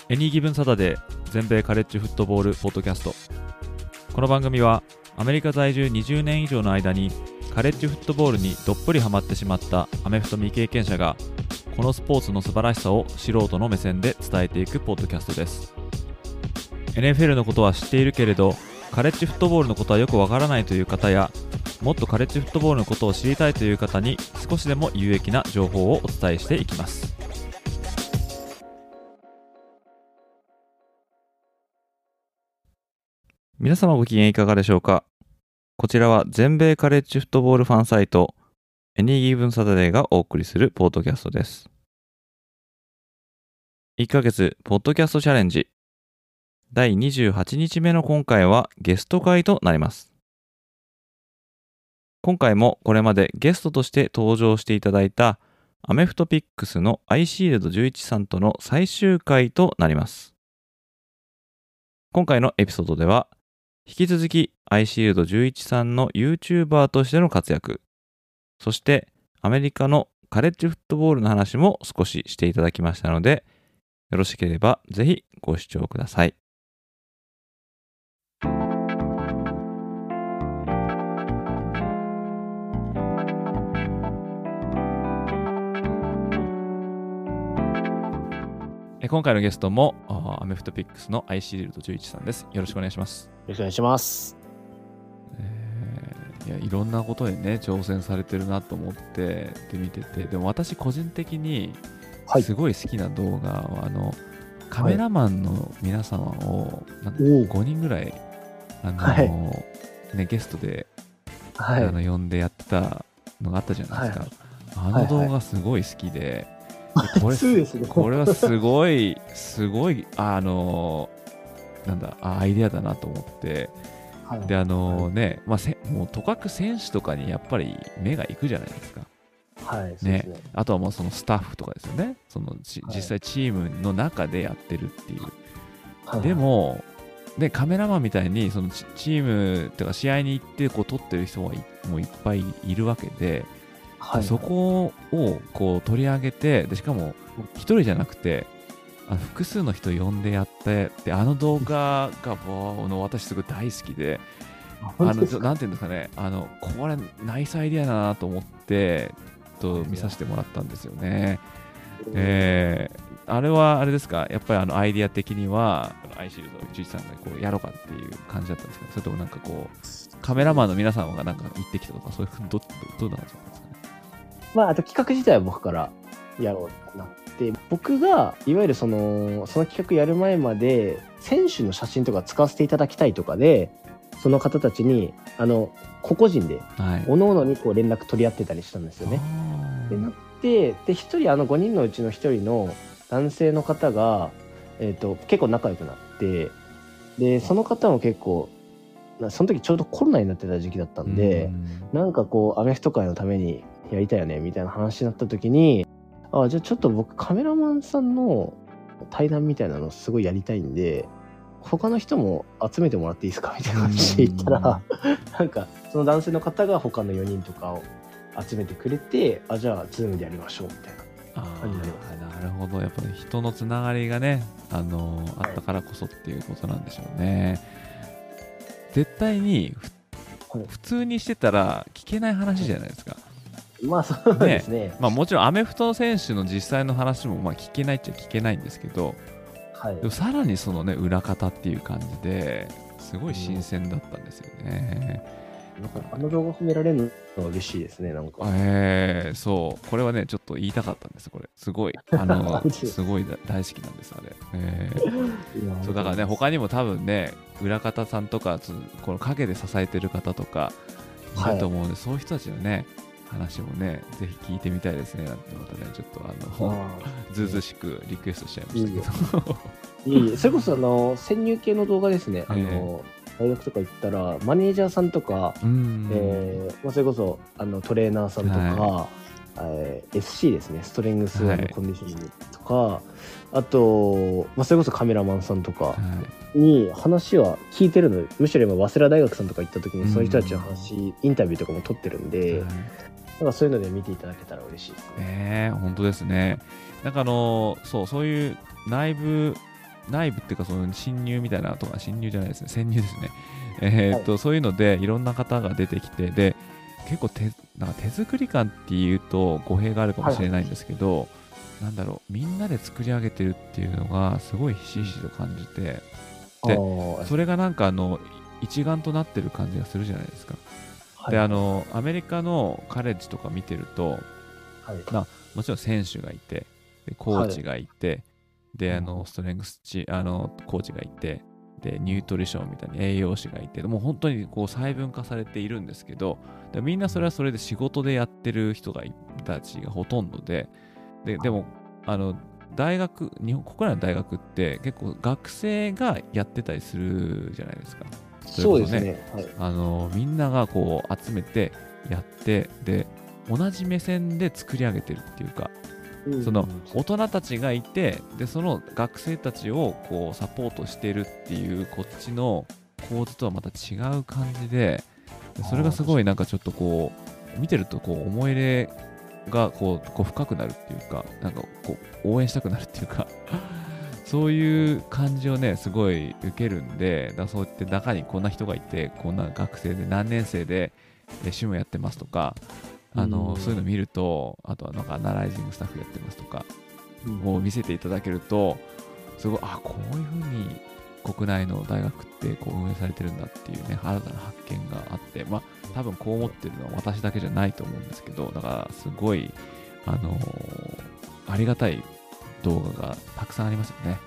エニーギブンサタデー全米カレッジフットボールポッドキャスト。この番組はアメリカ在住20年以上の間にカレッジフットボールにどっぷりハマってしまったアメフト未経験者がこのスポーツの素晴らしさを素人の目線で伝えていくポッドキャストです。 NFL のことは知っているけれどカレッジフットボールのことはよくわからないという方や、もっとカレッジフットボールのことを知りたいという方に少しでも有益な情報をお伝えしていきます。皆様ご機嫌いかがでしょうか。こちらは全米カレッジフットボールファンサイトエニーギブンサタデーがお送りするポッドキャストです。1ヶ月ポッドキャストチャレンジ第28日目の今回はゲスト会となります。今回もこれまでゲストとして登場していただいたアメフトピックスのアイシールド11さんとの最終回となります。今回のエピソードでは引き続きアイシールド11さんの YouTuber としての活躍、そしてアメリカのカレッジフットボールの話も少ししていただきましたので、よろしければぜひご視聴ください。今回のゲストもアメフトピックスのアイシールド11さんです。よろしくお願いします。 よろしくお願いします。 いろんなことにね挑戦されてるなと思って見てて、でも私個人的にすごい好きな動画は、カメラマンの皆様をなんか5人ぐらいゲストで、呼んでやってたのがあったじゃないですか。あの動画すごい好きで、これはすごいアイデアだなと思って、でもうとかく選手とかにやっぱり目がいくじゃないですか。あとはもうそのスタッフとかですよね。実際チームの中でやってるっていう、でもカメラマンみたいにそのチームとか試合に行って撮ってる人もいっぱいいるわけで、そこを取り上げて、でしかも一人じゃなくて複数の人呼んでやって、で動画が私すごい大好きで、なんていうんですかね、これナイスアイディアだなと思って見させてもらったんですよね。あれはあれですか、やっぱりアイディア的にはアイシールド11さんがやろうかっていう感じだったんですか。それともカメラマンの皆さんが行ってきたとか、そういうどんな感じだったんですかね。 あと企画自体は僕からやろうってなって、僕がいわゆるその企画やる前まで選手の写真とか使わせていただきたいとかで、その方たちに個々人で各々に連絡取り合ってたりしたんですよね。でなって、で一人5人のうちの一人の男性の方が、結構仲良くなって、でその方も結構その時ちょうどコロナになってた時期だったんで、アメフト界のためにやりたいよねみたいな話になった時に、じゃあちょっと僕カメラマンさんの対談みたいなのすごいやりたいんで、他の人も集めてもらっていいですかみたいな話で言ったらその男性の方が他の4人とかを集めてくれて、じゃあズームでやりましょうみたいな感じになります。 なるほど。やっぱり人のつながりがねあったからこそっていうことなんでしょうね。絶対に普通にしてたら聞けない話じゃないですか。 そうですね。 もちろんアメフト選手の実際の話も聞けないっちゃ聞けないんですけど、でもさらにそのね裏方っていう感じですごい新鮮だったんですよね。 動画褒められるのは嬉しいですね。 そうこれはねちょっと言いたかったんです。これすごいすごい大好きなんですあれ。そうだからね、他にも多分ね裏方さんとかこの陰で支えてる方とかいると思うので、そういう人たちのね話もねぜひ聞いてみたいですねなんてまたねちょっとずうずうしくリクエストしちゃいましたけどそれこそ潜入系の動画ですね。大学とか行ったらマネージャーさんとか、それこそトレーナーさんとか、SC ですね、ストレングスコンディショニングとか、あと、それこそカメラマンさんとかに話は聞いてるので、むしろ今早稲田大学さんとか行った時にそういう人たちの話、インタビューとかも撮ってるんで、そういうので見ていただけたら嬉しいですね。 本当ですね。そういう内部内部っていうかその侵入みたいなとか、侵入じゃないですね、潜入ですね。そういうのでいろんな方が出てきて、で結構なんか手作り感っていうと語弊があるかもしれないんですけど、なんだろう、みんなで作り上げてるっていうのがすごいひしひしと感じて、でそれがなんか一丸となってる感じがするじゃないですか。でアメリカのカレッジとか見てると、もちろん選手がいて、でコーチがいて、でストレングスコーチがいて、でニュートリションみたいに栄養士がいて、もう本当にこう細分化されているんですけど、でみんなそれはそれで仕事でやってる人たちがほとんどで、でも大学、日本国内の大学って結構学生がやってたりするじゃないですか。 そうですね。 みんながこう集めてやって、で同じ目線で作り上げてるっていうか、その大人たちがいて、でその学生たちをこうサポートしてるっていうこっちの構図とはまた違う感じで、それがすごいなんかちょっとこう見てるとこう思い入れがこう深くなるっていうか、なんかこう応援したくなるっていうかそういう感じをねすごい受けるんで、そうやって中にこんな人がいて、こんな学生で何年生で趣味をやってますとか、そういうの見ると、あとはなんかアナライジングスタッフやってますとかを見せていただけると、すごいこういう風に国内の大学ってこう運営されてるんだっていうね、新たな発見があって、多分こう思ってるのは私だけじゃないと思うんですけど、だからすごいありがたい動画がたくさんありますよね。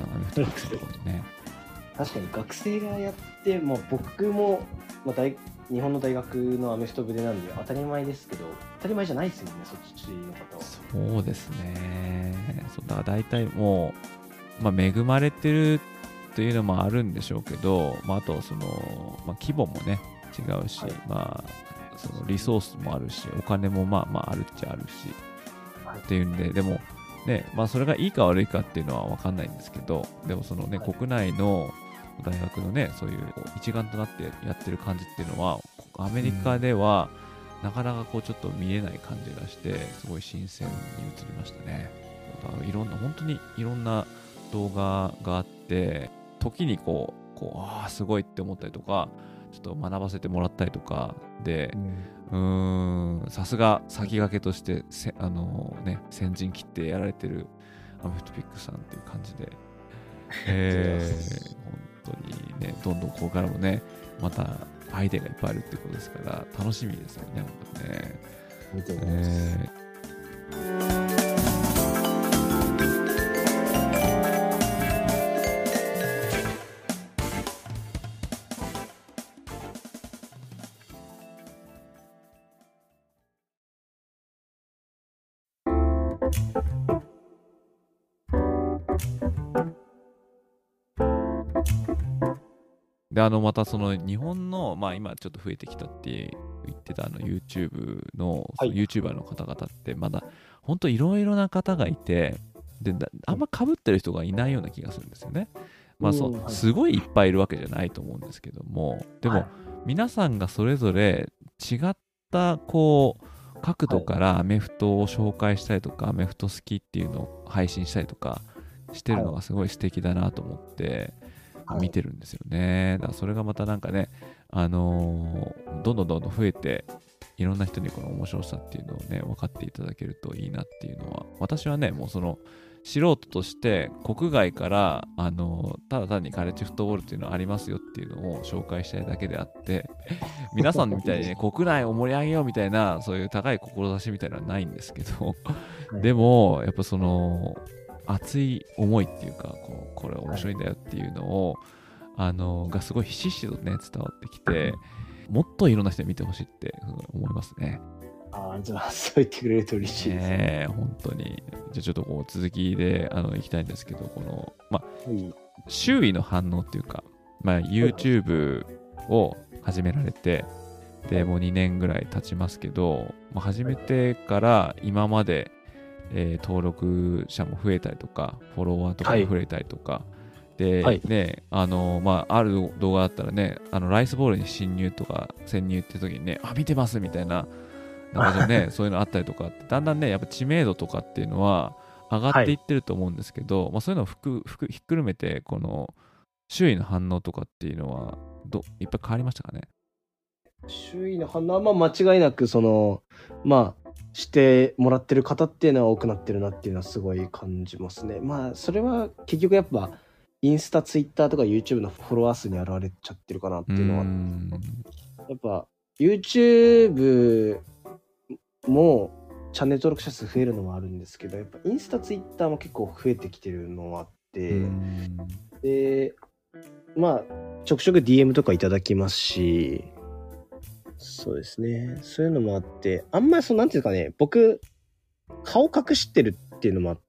確かに学生がやって、僕も、日本の大学のアメフト部でなんで当たり前ですけど、当たり前じゃないですよね、そっちの方は。 そうですね。だから大体もう、恵まれてるというのもあるんでしょうけど、あとその、規模もね違うし、そのリソースもあるし、お金もあるっちゃあるし、っていうんで、でもね、それがいいか悪いかっていうのは分かんないんですけど、でもそのね、国内の大学のね、そういう一丸となってやってる感じっていうのは、アメリカではなかなかこうちょっと見えない感じがして、すごい新鮮に映りましたね。本当にいろんな動画があって、時にすごいって思ったりとか、ちょっと学ばせてもらったりとかで、さすが先駆けとして先陣切ってやられてるアメフトピックさんっていう感じで、本当にね、どんどんここからもね、またアイデアがいっぱいあるってことですから、楽しみですよね、本当にね。 見てみます。 で、またその日本の、今ちょっと増えてきたって言ってたYouTube の、YouTuber の方々ってまだ本当いろいろな方がいて、であんま被ってる人がいないような気がするんですよね。すごいいっぱいいるわけじゃないと思うんですけども、でも、皆さんがそれぞれ違ったこう角度からアメフトを紹介したりとか、アメフト好きっていうのを配信したりとかしてるのがすごい素敵だなと思って見てるんですよね。だからそれがまたなんかね、どんどん増えて、いろんな人にこの面白さっていうのをね分かっていただけるといいなっていうのは、私はねもうその素人として国外からただ単にカレッジフットボールっていうのはありますよっていうのを紹介したいだけであって皆さんみたいにね国内を盛り上げようみたいなそういう高い志みたいなのはないんですけどでもやっぱその熱い思いっていうかこれ面白いんだよっていうのをがすごいひしひしとね伝わってきて、もっといろんな人に見てほしいって思いますね。 じゃあそう言ってくれると嬉しいですね。 本当に。じゃあちょっと続きでいきたいんですけど、周囲の反応っていうか、YouTube を始められて、でもう2年ぐらい経ちますけど、始めてから今まで、登録者も増えたりとか、フォロワーとかも増えたりとか、で、ね、ある動画だったらね、ライスボールに潜入って時にね、見てますみたいな、そういうのあったりとか、だんだんね、やっぱ知名度とかっていうのは上がっていってると思うんですけど、まあ、そういうのをひっくるめて、この周囲の反応とかっていうのはいっぱい変わりましたかね。 周囲の反応はまあ間違いなくまあしてもらってる方っていうのは多くなってるなっていうのはすごい感じますね。まあそれは結局やっぱインスタ、ツイッターとか YouTube のフォロワー数に現れちゃってるかなっていうのは。やっぱ YouTube もチャンネル登録者数増えるのもあるんですけど、やっぱインスタ、ツイッターも結構増えてきてるのもあって、で、まあちょくちょく DM とかいただきますし、そうですね。そういうのもあって、あんまりなんていうかね、僕、顔隠してるっていうのもあって、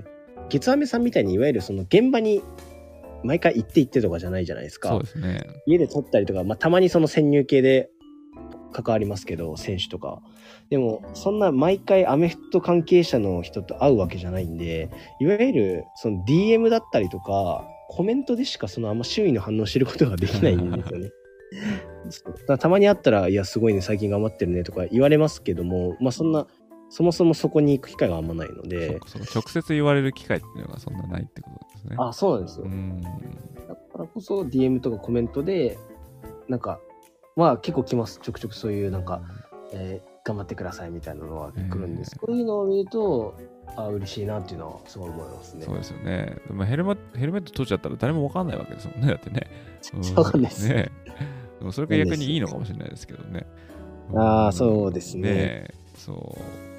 月アメさんみたいにいわゆる現場に毎回行ってとかじゃないじゃないですか。 そうですね。 家で撮ったりとか、まあたまに潜入系で関わりますけど、選手とか。でも、そんな毎回アメフト関係者の人と会うわけじゃないんで、いわゆるDM だったりとか、コメントでしかあんま周囲の反応を知ることができないんですよね。たまに会ったら、いや、すごいね、最近頑張ってるねとか言われますけども、まあそもそもそこに行く機会があんまないので。 直接言われる機会っていうのがそんなないってことですね。 あ、そうなんですよ。だからこそ DM とかコメントで、まあ結構来ます。ちょくちょくそういう頑張ってくださいみたいなのは来るんです。こういうのを見ると、嬉しいなっていうのはすごい思いますね。 そうですよね。でもヘルメット取っちゃったら誰も分かんないわけですもんね。だってね。 分かんないですね。でもそれが逆にいいのかもしれないですけどね。 そうですね。 そう。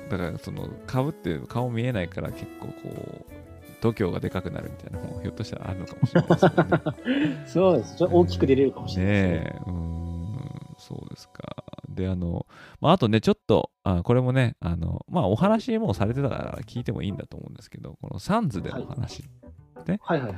だから被って顔見えないから結構度胸がでかくなるみたいなのもひょっとしたらあるのかもしれないですけどね。 そうです。ちょっと大きく出れるかもしれないですね。 そうですか。で、あとね、ちょっと、これもね、お話もされてたから聞いてもいいんだと思うんですけど、このサンズでの話、ね。 はいはいはい。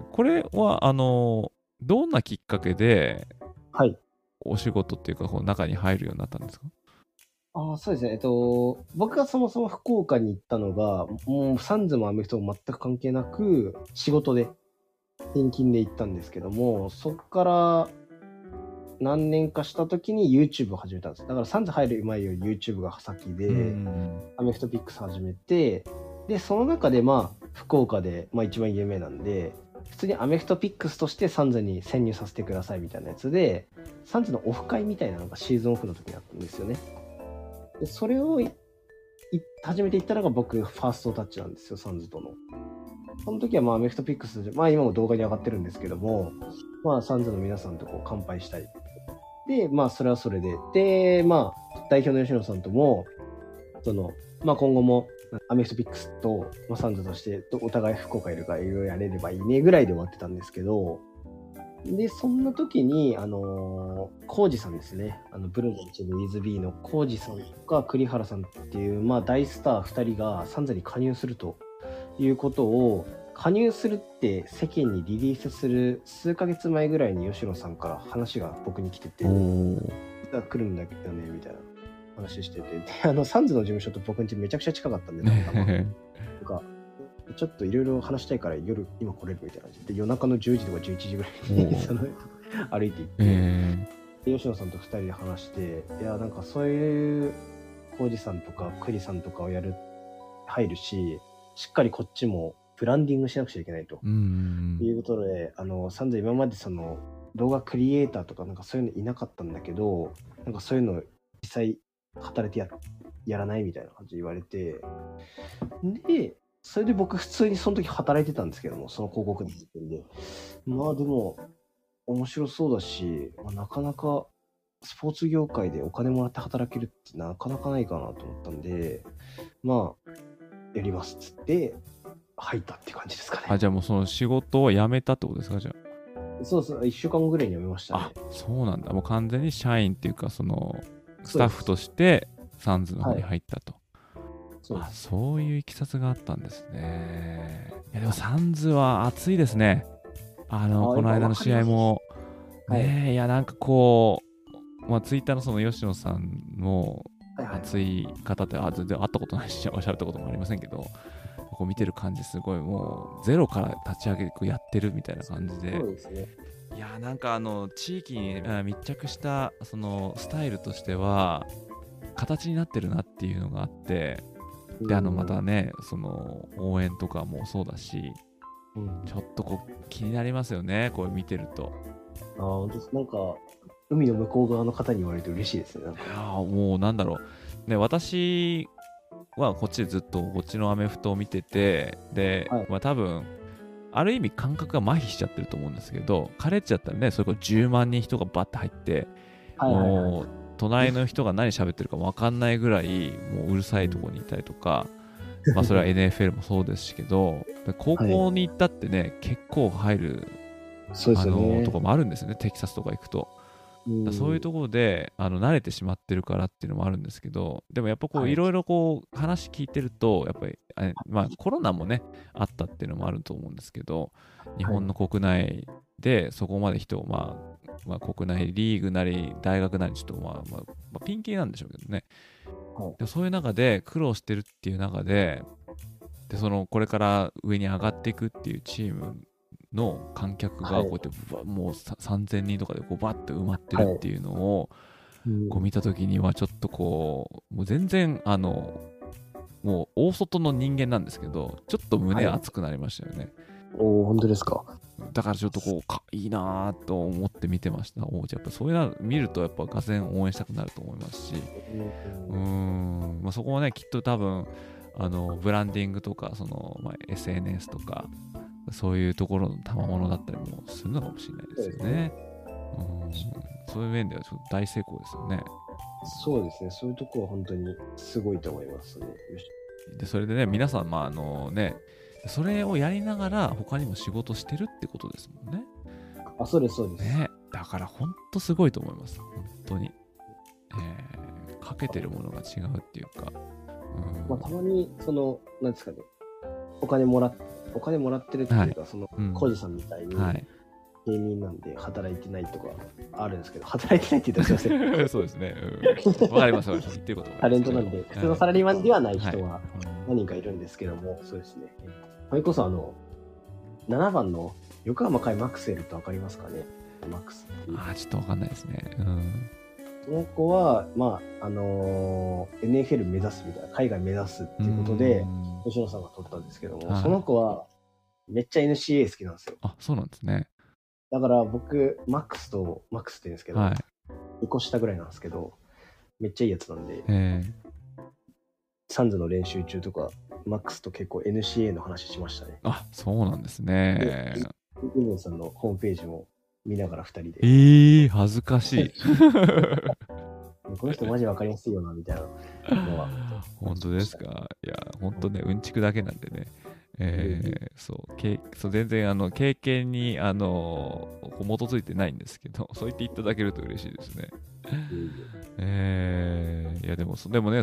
これは、どんなきっかけで、お仕事っていうか、中に入るようになったんですか？ そうですね。僕がそもそも福岡に行ったのが、もうサンズもアメフトも全く関係なく、仕事で、転勤で行ったんですけども、そっから何年かした時に YouTube を始めたんです。だからサンズ入る前より YouTube が先で、アメフトピックス始めて、で、その中で福岡で、一番有名なんで、普通にアメフトピックスとしてサンズに潜入させてくださいみたいなやつで、サンズのオフ会みたいなのがシーズンオフの時にあったんですよね。でそれを初めて行ったのが僕、ファーストタッチなんですよ、サンズとの。その時はアメフトピックスで、今も動画に上がってるんですけども、サンズの皆さんと乾杯したり。で、それはそれで。で、代表の吉野さんとも、今後もアメフトピックスと、サンズとしてお互い福岡いるからいろいろやれればいいねぐらいで終わってたんですけど、で、そんな時に、コウジさんですね。ブルーの一部ウィズビーのコウジさんとか栗原さんっていう、大スター2人がサンズに加入するということを、加入するって世間にリリースする数ヶ月前ぐらいに吉野さんから話が僕に来てて、来るんだけどね、みたいな話してて、で、サンズの事務所と僕ん家めちゃくちゃ近かったんで、ちょっといろいろ話したいから夜今来れるみたいな感じで、夜中の10時とか11時ぐらいに歩いて行って、吉野さんと2人で話して、いや、そういうコウジさんとか栗さんとかを入るし、しっかりこっちもブランディングしなくちゃいけないということで、サンズ今まで動画クリエイターとかそういうのいなかったんだけど、そういうの実際働いてやらないみたいな感じで言われて、で、それで僕普通にその時働いてたんですけども、その広告の時点で。でも、面白そうだし、なかなかスポーツ業界でお金もらって働けるってなかなかないかなと思ったんで、やりますっつって、入ったって感じですかね。 じゃあもうその仕事を辞めたってことですか、じゃあ。そうそう、1週間後ぐらいに辞めましたね。 そうなんだ。もう完全に社員っていうか、スタッフとしてサンズの方に入ったと。そういういきさつがあったんですね。いやでもサンズは熱いですね。この間の試合も。いやツイッターのその吉野さんも熱い方って全然会ったことないし、おっしゃったこともありませんけど、見てる感じすごいもうゼロから立ち上げやってるみたいな感じで。 そうですね。 いや地域に密着したそのスタイルとしては形になってるなっていうのがあって、 でまたねその応援とかもそうだし、ちょっとこう気になりますよね、これ見てると。 本当です。なんか海の向こう側の方に言われて嬉しいですね。なんかもうなんだろうね、私はこっちでずっとこっちのアメフトを見てて、で、多分ある意味感覚が麻痺しちゃってると思うんですけど、カレッジだったらね、それこそ10万人人がバッて入って、もう隣の人が何喋ってるか分かんないぐらいもううるさいところにいたりとか、それは NFL もそうですけど、高校に行ったってね、結構入るとこもあるんですよね、テキサスとか行くと。そういうところで慣れてしまってるからっていうのもあるんですけど、でもやっぱこういろいろこう話聞いてると、やっぱりコロナもねあったっていうのもあると思うんですけど、日本の国内でそこまで人を国内リーグなり大学なりちょっとピンキリなんでしょうけどね、でそういう中で苦労してるっていう中で、そのこれから上に上がっていくっていうチームの観客がこうやってもう3000人とかでこうバッと埋まってるっていうのをこう見た時にはちょっとこうもう全然もう大外の人間なんですけど、ちょっと胸熱くなりましたよね。 本当ですか。 だからちょっとこういいなと思って見てました。やっぱそういうの見るとやっぱがぜん応援したくなると思いますし、そこはねきっと多分ブランディングとかその、SNS とかそういうところの賜物だったりもするのかもしれないですよね。そういう面ではちょっと大成功ですよね。 そうですね。そういうところは本当にすごいと思いますね。 でそれでね、皆さんそれをやりながら他にも仕事してるってことですもんね。 そうですそうです。 ね、だから本当すごいと思います。本当に。かけてるものが違うっていうか。 たまになんですかね、お金もらってるっていうか、コジさんみたいに芸人なんで働いてないとかあるんですけど、働いてないって言うとすいません。 そうですね。わかります。言ってること。 タレントなんで、普通のサラリーマンではない人は何人かいるんですけども、そうですね。それこそ7番の横浜海マクセルってわかりますかね。マックスっていう。 ちょっとわかんないですね。 その子は、NFL 目指すみたいな、海外目指すっていうことで、吉野さんが取ったんですけども、その子はめっちゃ NCA 好きなんですよ。 そうなんですね。 だから僕、マックスって言うんですけど、2個下ぐらいなんですけど、めっちゃいいやつなんで、サンズの練習中とか、マックスと結構 NCA の話しましたね。 そうなんですね。 イムンさんのホームページも見ながら2人で。 恥ずかしい。 この人マジ分かりやすいよなみたいなのは。 本当ですか。いや、本当ね、うんちくだけなんでね。そう全然経験に基づいてないんですけど、そう言っていただけると嬉しいですね。いやでもね、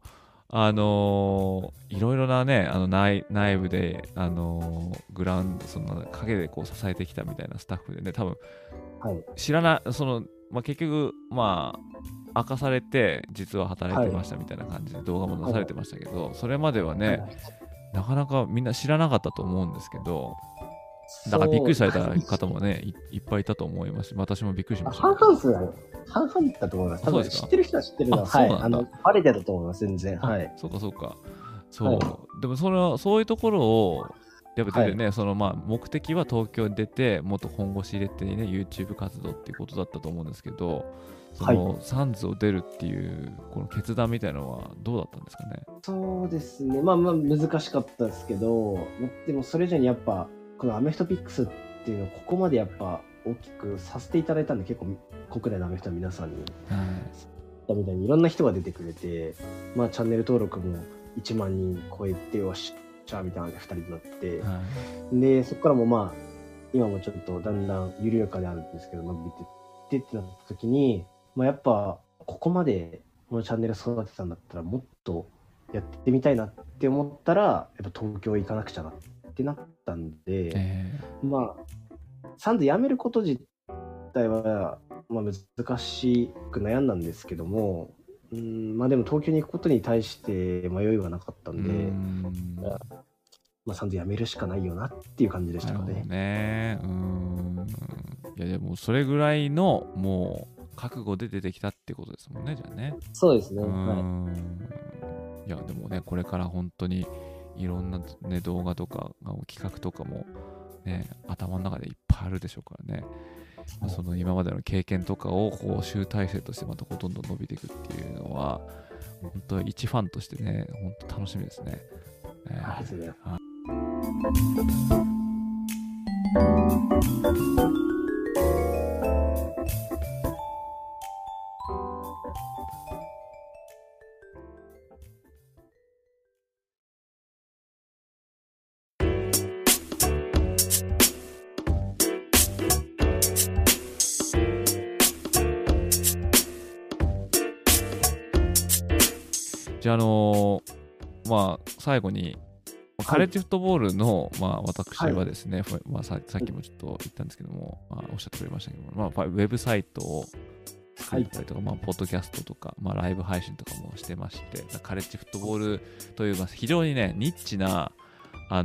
いろいろなね、内部でグラウンド、その陰でこう支えてきたみたいなスタッフでね、多分、知らない、結局明かされて実は働いてましたみたいな感じで動画も出されてましたけど、それまではね、なかなかみんな知らなかったと思うんですけど、だからびっくりされた方もねいっぱいいたと思いますし、私もびっくりしました。 半々だと思います。多分知ってる人は知ってるのは、バレてたと思います、全然。 そうか。でもそういうところをやっぱ出てね、目的は東京に出てもっと本腰入れてね YouTube 活動っていうことだったと思うんですけど、サンズを出るっていうこの決断みたいなのはどうだったんですかね。 そうですね、難しかったですけど、でもそれ以上にやっぱこのアメフトピックスっていうのをここまでやっぱ大きくさせていただいたんで、結構国内のアメフトの皆さんに、みたいにいろんな人が出てくれて、チャンネル登録も1万人超えて、よしじゃあみたいなので2人になって、でそこからも今もちょっとだんだん緩やかであるんですけど伸びてってなった時に、やっぱここまでこのチャンネル育てたんだったらもっとやってみたいなって思ったら、やっぱ東京行かなくちゃなってなったんで、サンズ辞めること自体は、難しく悩んだんですけども、でも東京に行くことに対して迷いはなかったんで、サンズ辞めるしかないよなっていう感じでしたかね。 いやでもそれぐらいのもう覚悟で出てきたってことですもんね、じゃあね。 そうですね。 いやでもね、これから本当にいろんな、ね、動画とか企画とかも、ね、頭の中でいっぱいあるでしょうからね、その今までの経験とかをこう集大成としてまたこうどんどん伸びていくっていうのは本当一ファンとしてね、本当楽しみですね。じゃあまあ最後にカレッジフットボールの、まあ、私はですね、まあ、さっきもちょっと言ったんですけども、まあ、おっしゃってくれましたけども、まあ、ウェブサイトを作ったりとか、まあ、ポッドキャストとか、まあ、ライブ配信とかもしてまして、カレッジフットボールという、非常にね、ニッチな、こ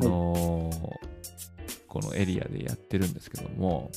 のエリアでやってるんですけども、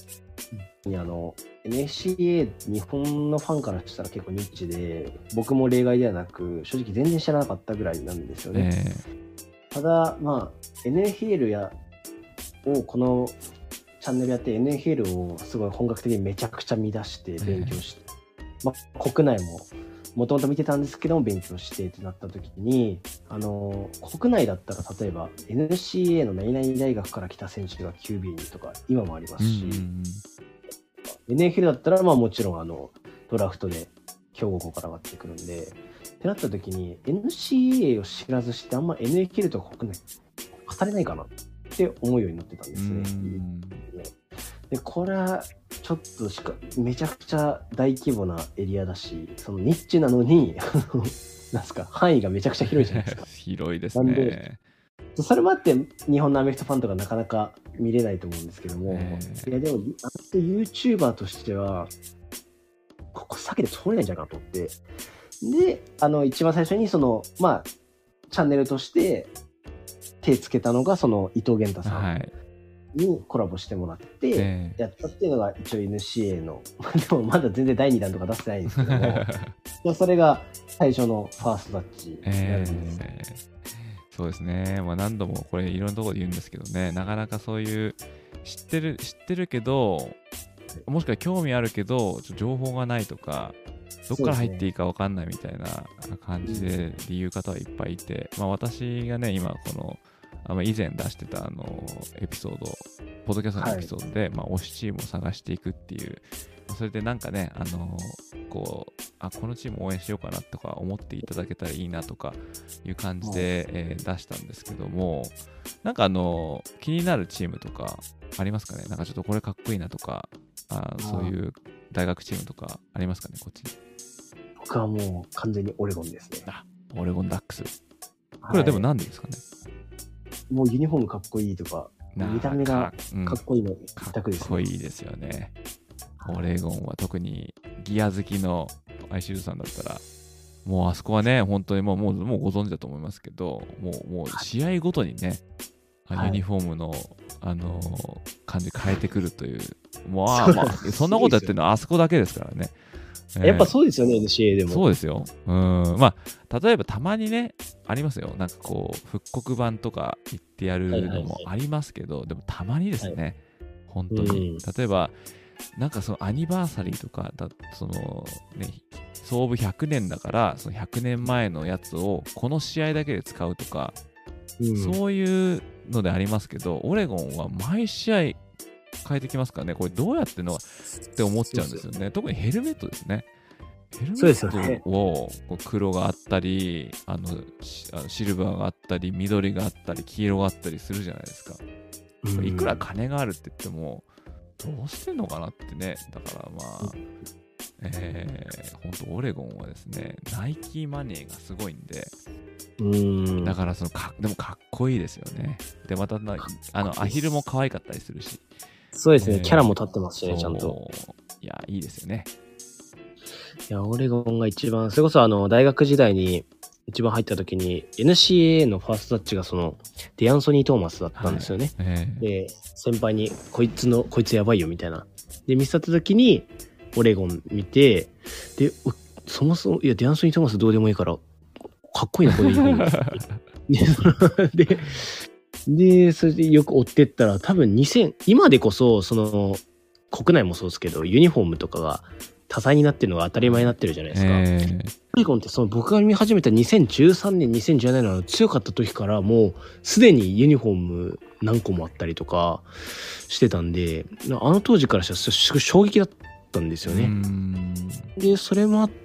NCAA 日本のファンからしたら結構ニッチで、僕も例外ではなく、正直全然知らなかったぐらいなんですよね。ただ、まあ、NFL をこのチャンネルやって NFL をすごい本格的にめちゃくちゃ見出して勉強して、まあ、国内ももともと見てたんですけども勉強してってなった時に、国内だったら例えば NCAA の何々大学から来た選手が QB にとか今もありますし、NFL だったらまあもちろんドラフトで強豪校から上がってくるんでってなった時に NCAA を知らずしてあんま NFL とか国内語れないかなって思うようになってたんですね。でこれはちょっとめちゃくちゃ大規模なエリアだし、そのニッチなのになんすか範囲がめちゃくちゃ広いじゃないですか。 広いですね。なんでそれもあって日本のアメフトファンとかなかなか見れないと思うんですけども、いやでもYouTuber としてはここ避けて通れないんじゃないかなと思って、で一番最初にまあチャンネルとして手つけたのがその伊藤源太さんにコラボしてもらってやったっていうのが一応 NCA のでもまだ全然第2弾とか出してないんですけどもそれが最初のファーストタッチになるんです。 そうですね、まあ、何度もこれいろんなところで言うんですけどね、なかなかそういう知ってるけど、もしくは興味あるけど情報がないとか、どっから入っていいか分かんないみたいな感じで言う方はいっぱいいて、まあ、私がね今この以前出してたエピソード、ポッドキャストのエピソードで、まあ、推しチームを探していくっていう、それでなんかねこのチーム応援しようかなとか思っていただけたらいいなとかいう感じで、出したんですけども、なんか気になるチームとかありますかね。なんかちょっとこれかっこいいなとか、そういう大学チームとかありますかね、こっちに。 僕はもう完全にオレゴンですね。 オレゴンダックス。これはでもなんでですかね。 もうユニフォームかっこいいとか、見た目がかっこいいの一択ですね。 かっこいいですよね。オレゴンは特にギア好きのアイシルさんだったら、もうあそこはね、本当にもうご存知だと思いますけど、もう試合ごとにね、ユニフォームの、感じ変えてくるという、もうそんなことやってるのはあそこだけですからね。 やっぱそうですよね、NCA でも。 そうですよ。まあ、例えばたまにね、ありますよ。なんかこう、復刻版とか言ってやるのもありますけど、でもたまにですね、本当に。例えば、なんかそのアニバーサリーとか創部100年だからその100年前のやつをこの試合だけで使うとか、そういうのでありますけど、オレゴンは毎試合変えてきますからね。これどうやってんのかって思っちゃうんですよね。特にヘルメットですね。ヘルメットを黒があったり、シルバーがあったり、緑があったり、黄色があったりするじゃないですか。いくら金があるって言ってもどうしてんのかなってね。だからまあ、本当オレゴンはですね、ナイキマネーがすごいんで、だからでもかっこいいですよね。でまたアヒルも可愛かったりするし、 そうですね、キャラも立ってますしね、ちゃんと。 いや、いいですよね。 いや、オレゴンが一番、それこそ大学時代に一番入った時に NCAA のファーストタッチがデアンソニー・トーマスだったんですよね。で、先輩にこいつやばいよみたいな。で、見せた時にオレゴン見て、で、そもそも、いや、デアンソニー・トーマスどうでもいいから、 かっこいいな、このユニフォーム。で、それでよく追ってったら、多分今でこそ、国内もそうですけど、ユニフォームとかが多彩になってるのが当たり前になってるじゃないですか。オレゴンって僕が見始めた2013年、2017年の強かった時からもうすでにユニフォーム何個もあったりとかしてたんで、あの当時からしたら衝撃だったんですよね。で、それもあって、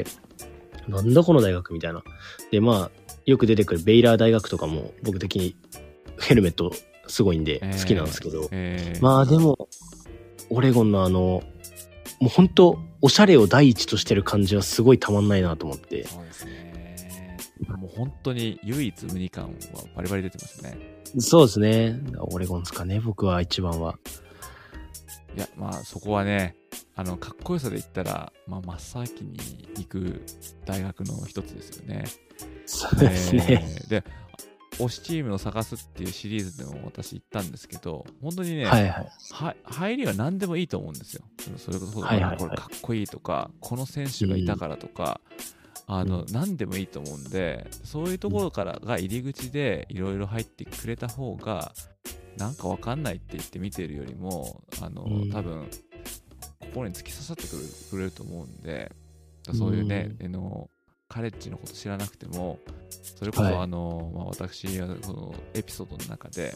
なんだこの大学みたいな。で、まあ、よく出てくるベイラー大学とかも僕的にヘルメットすごいんで好きなんですけど、まあでも、オレゴンのもう本当おしゃれを第一としてる感じはすごいたまんないなと思って。 そうですね。もう本当に唯一無二感はバリバリ出てますね。 そうですね。オレゴンですかね、僕は一番は。 いや、まあそこはね、かっこよさで言ったら、まあ、真っ先に行く大学の一つですよね。 そうですね。 で、推しチームを探すっていうシリーズでも私行ったんですけど、本当にね、入りは何でもいいと思うんですよ。それこそ、これかっこいいとか、この選手がいたからとか、何でもいいと思うんで、そういうところからが入り口でいろいろ入ってくれた方が、なんかわかんないって言って見てるよりも、多分、心に突き刺さってくれると思うんで、そういうね、カレッジのこと知らなくても、それこそまあ、私はこのエピソードの中で、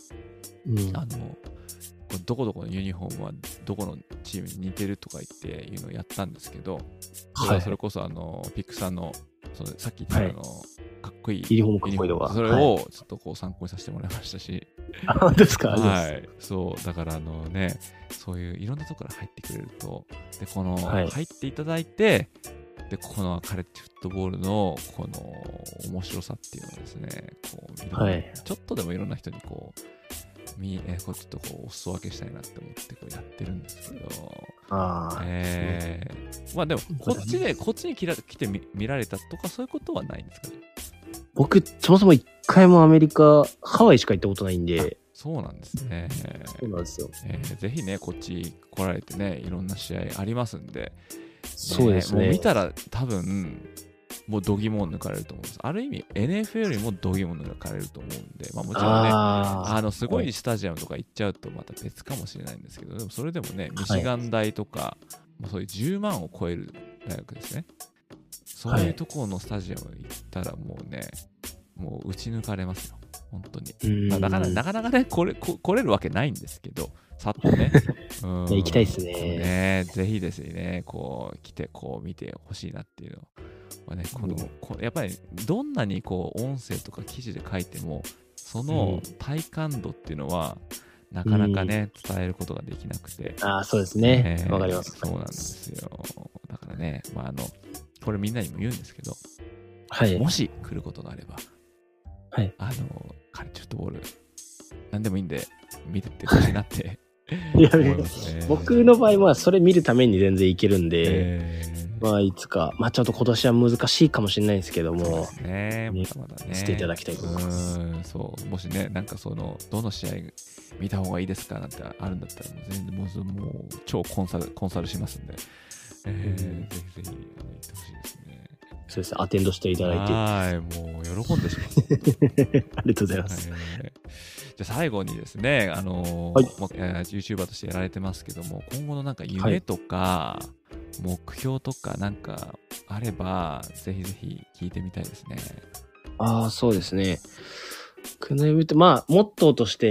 どこどこのユニフォームはどこのチームに似てるとか言っていうのをやったんですけど、それこそピックさんのさっき言ったかっこいいユニフォームかっこいいのが、 それをちょっとこう参考にさせてもらいましたし、 本当ですか？ はい、そうだからね、そういういろんなところから入ってくれると、でこの入っていただいて、でこのカレッジフットボールのこの面白さっていうのをですね、こうちょっとでもいろんな人にこうちょっとこうお裾分けしたいなって思ってこうやってるんですけど、まあでもこっちに来て見られたとかそういうことはないんですかね？ 僕そもそも一回もアメリカハワイしか行ったことないんで。 そうなんですね。 そうなんですよ。 ぜひねこっち来られてね、いろんな試合ありますんで、 そうですね。 もう見たら多分もう度肝を抜かれると思うんです。ある意味 NFL よりも度肝を抜かれると思うんで、まあもちろんね、すごいスタジアムとか行っちゃうとまた別かもしれないんですけど、でもそれでもね、ミシガン大とか、まあ、そういう10万を超える大学ですね。そういうところのスタジアム行ったらもうね、もう打ち抜かれますよ。本当に。まあ、なかなかね、来れるわけないんですけど、さっとね。 行きたいですね。 ぜひですね、こう来てこう見てほしいなっていうのはね、やっぱりどんなにこう音声とか記事で書いても、その体感度っていうのはなかなかね、伝えることができなくて。 そうですね。わかります。 そうなんですよ。だからね、まあこれみんなにも言うんですけど、もし来ることがあれば、カレッジフットボール何でもいいんで見てってほしいなっていや、僕の場合はそれ見るために全然いけるんで、まあいつか、まあちょっと今年は難しいかもしれないですけども、そうですね、まだまだね、 していただきたいと思います。 そうもしね、なんかどの試合見た方がいいですかなんてあるんだったら、もう全然もう超コンサルしますんで、ぜひぜひ行ってほしいですね。 そうです、アテンドしていただいて。 はい、もう喜んでしまう。 ありがとうございます。 じゃあ最後にですね、YouTuber としてやられてますけども、今後のなんか夢とか、目標とかなんかあれば、ぜひぜひ聞いてみたいですね。 そうですね。僕の夢って、まあ、モットーとして、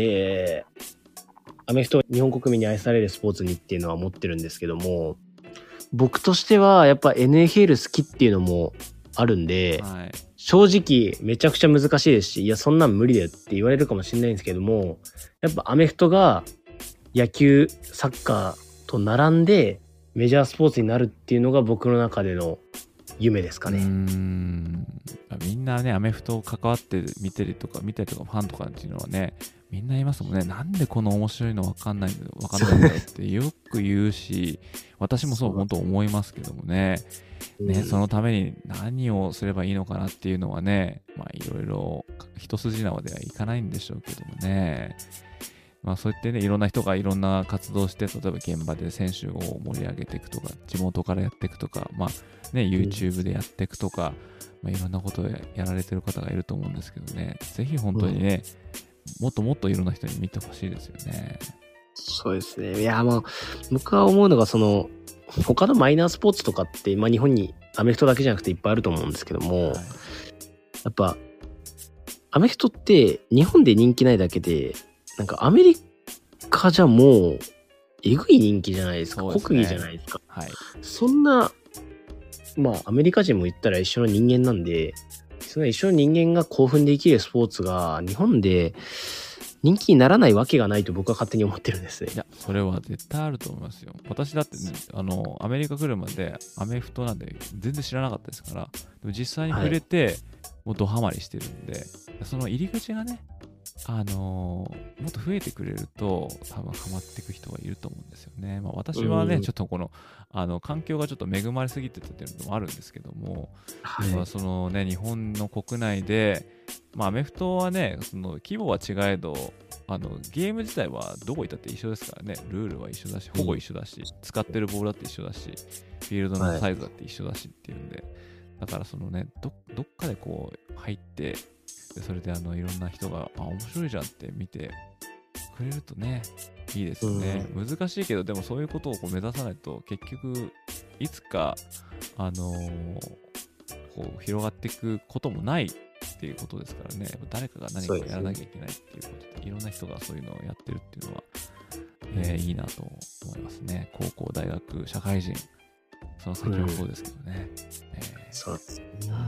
アメフトは日本国民に愛されるスポーツにっていうのは思ってるんですけども、僕としてはやっぱ NFL 好きっていうのもあるんで、正直めちゃくちゃ難しいですし、いやそんなん無理だよって言われるかもしれないんですけども、やっぱアメフトが野球、サッカーと並んでメジャースポーツになるっていうのが僕の中での夢ですかね。 みんなね、アメフト関わって見たりとかファンとかっていうのはね、みんな言いますもんね。なんでこの面白いの分かんないんだよってよく言うし、私もそう本当思いますけどもね。そのために何をすればいいのかなっていうのはね、まあいろいろ一筋縄ではいかないんでしょうけどもね。 そうやってね、いろんな人がいろんな活動して、例えば現場で選手を盛り上げていくとか、地元からやっていくとか、YouTube でやっていくとか、いろんなことをやられてる方がいると思うんですけどね、ぜひ本当にね、もっともっといろんな人に見てほしいですよね。 そうですね。いや、僕は思うのが、他のマイナースポーツとかって、日本にアメフトだけじゃなくていっぱいあると思うんですけども、やっぱ、アメフトって日本で人気ないだけで、なんかアメリカじゃもう、えぐい人気じゃないですか。国技じゃないですか。そんな、アメリカ人も言ったら一緒の人間なんで、その一緒の人間が興奮できるスポーツが日本で人気にならないわけがないと僕は勝手に思ってるんですね。 いや、それは絶対あると思いますよ。私だってね、アメリカ来るまでアメフトなんで全然知らなかったですから、でも実際に触れて、もうドハマりしてるんで、その入り口がね、もっと増えてくれると多分ハマっていく人がいると思うんですよね。私はね、ちょっとこの環境がちょっと恵まれすぎてたっていうのもあるんですけども、そのね、日本の国内で、アメフトはね、その規模は違えど、ゲーム自体はどこ行ったって一緒ですからね。ルールは一緒だし、ほぼ一緒だし、使ってるボールだって一緒だし、フィールドのサイズだって一緒だしっていうんで、だからそのね、どっかでこう入って、でそれでいろんな人が面白いじゃんって見てくれるとね、いいですよね。難しいけど、でもそういうことをこう目指さないと結局いつかこう広がっていくこともないっていうことですからね。誰かが何かをやらなきゃいけないっていうことで、いろんな人がそういうのをやってるっていうのは、いいなと思いますね。高校、大学、社会人、その先もそうですけどね。 そうですね。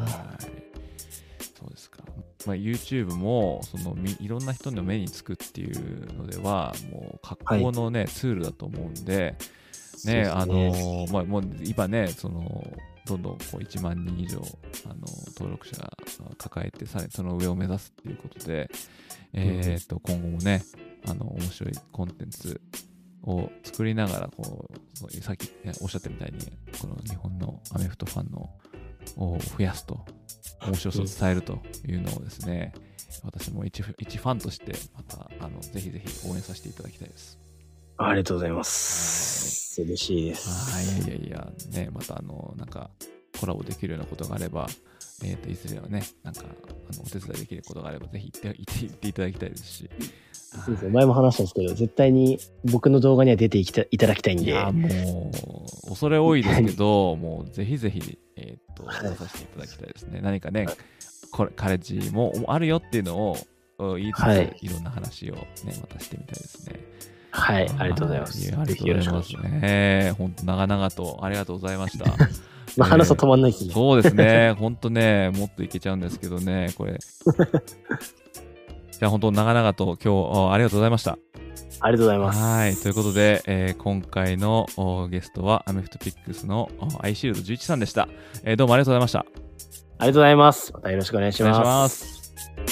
そうですか。YouTube もいろんな人の目につくっていうのではもう格好のね、ツールだと思うんで、ね、もう今ね、どんどんこう1万人以上登録者抱えて、その上を目指すっていうことで、今後もね、面白いコンテンツを作りながら、さっきおっしゃったみたいに、この日本のアメフトファンを増やすと、面白さを伝えるというのをですね、私も一ファンとしてまたぜひぜひ応援させていただきたいです。 ありがとうございます。嬉しいです。 いやね、またなんかコラボできるようなことがあれば、いずれはね、なんかお手伝いできることがあればぜひ言っていただきたいですし。 そうですね、前も話したんですけど、絶対に僕の動画には出ていただきたいんで。 いや、もう恐れ多いですけど、もうぜひぜひ出させていただきたいですね。何かね、カレッジもあるよっていうのを言いつつ、いろんな話をね、またしてみたいですね。 はい、ありがとうございます。 ありがとうございますね。本当長々とありがとうございました。 話すと止まんないですね。 そうですね。本当ね、もっといけちゃうんですけどね、これ。じゃあ本当長々と今日ありがとうございました。 ありがとうございます。 はい。ということで、今回のゲストはアメフトピックスのアイシールド11さんでした。どうもありがとうございました。 ありがとうございます。またよろしくお願いします。 お願いします。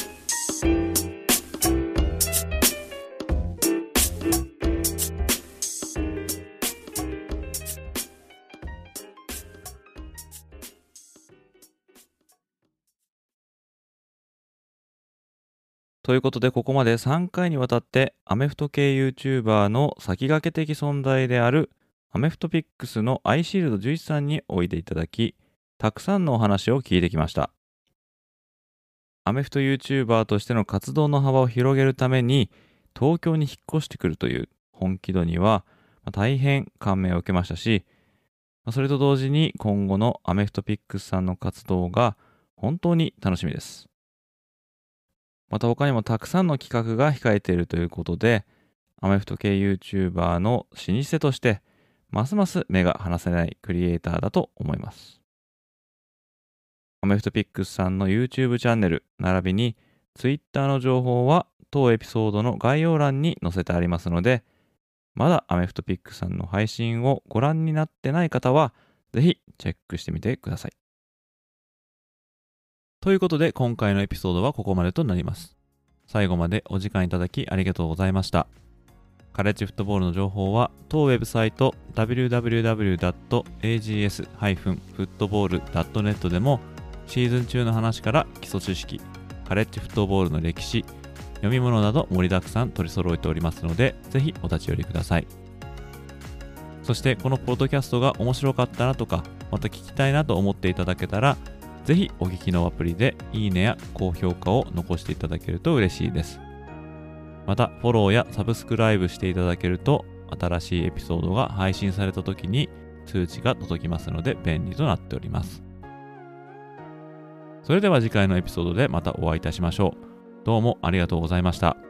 ということで、ここまで3回にわたってアメフト系 YouTuber の先駆け的存在であるアメフトピックスのアイシールド11さんにおいでいただき、たくさんのお話を聞いてきました。アメフト YouTuber としての活動の幅を広げるために東京に引っ越してくるという本気度には大変感銘を受けましたし、それと同時に今後のアメフトピックスさんの活動が本当に楽しみです。また他にもたくさんの企画が控えているということで、アメフト系 YouTuber の老舗としてますます目が離せないクリエイターだと思います。アメフトピックスさんの YouTube チャンネル並びに Twitter の情報は当エピソードの概要欄に載せてありますので、まだアメフトピックスさんの配信をご覧になってない方はぜひチェックしてみてください。ということで今回のエピソードはここまでとなります。最後までお時間いただきありがとうございました。カレッジフットボールの情報は当ウェブサイト www.ags-football.net でもシーズン中の話から基礎知識、カレッジフットボールの歴史、 読み物など盛りだくさん取り揃えておりますので、ぜひお立ち寄りください。そしてこのポッドキャストが面白かったなとか、また聞きたいなと思っていただけたら、ぜひお聞きのアプリでいいねや高評価を残していただけると嬉しいです。またフォローやサブスクライブしていただけると、新しいエピソードが配信された時に通知が届きますので便利となっております。それでは次回のエピソードでまたお会いいたしましょう。どうもありがとうございました。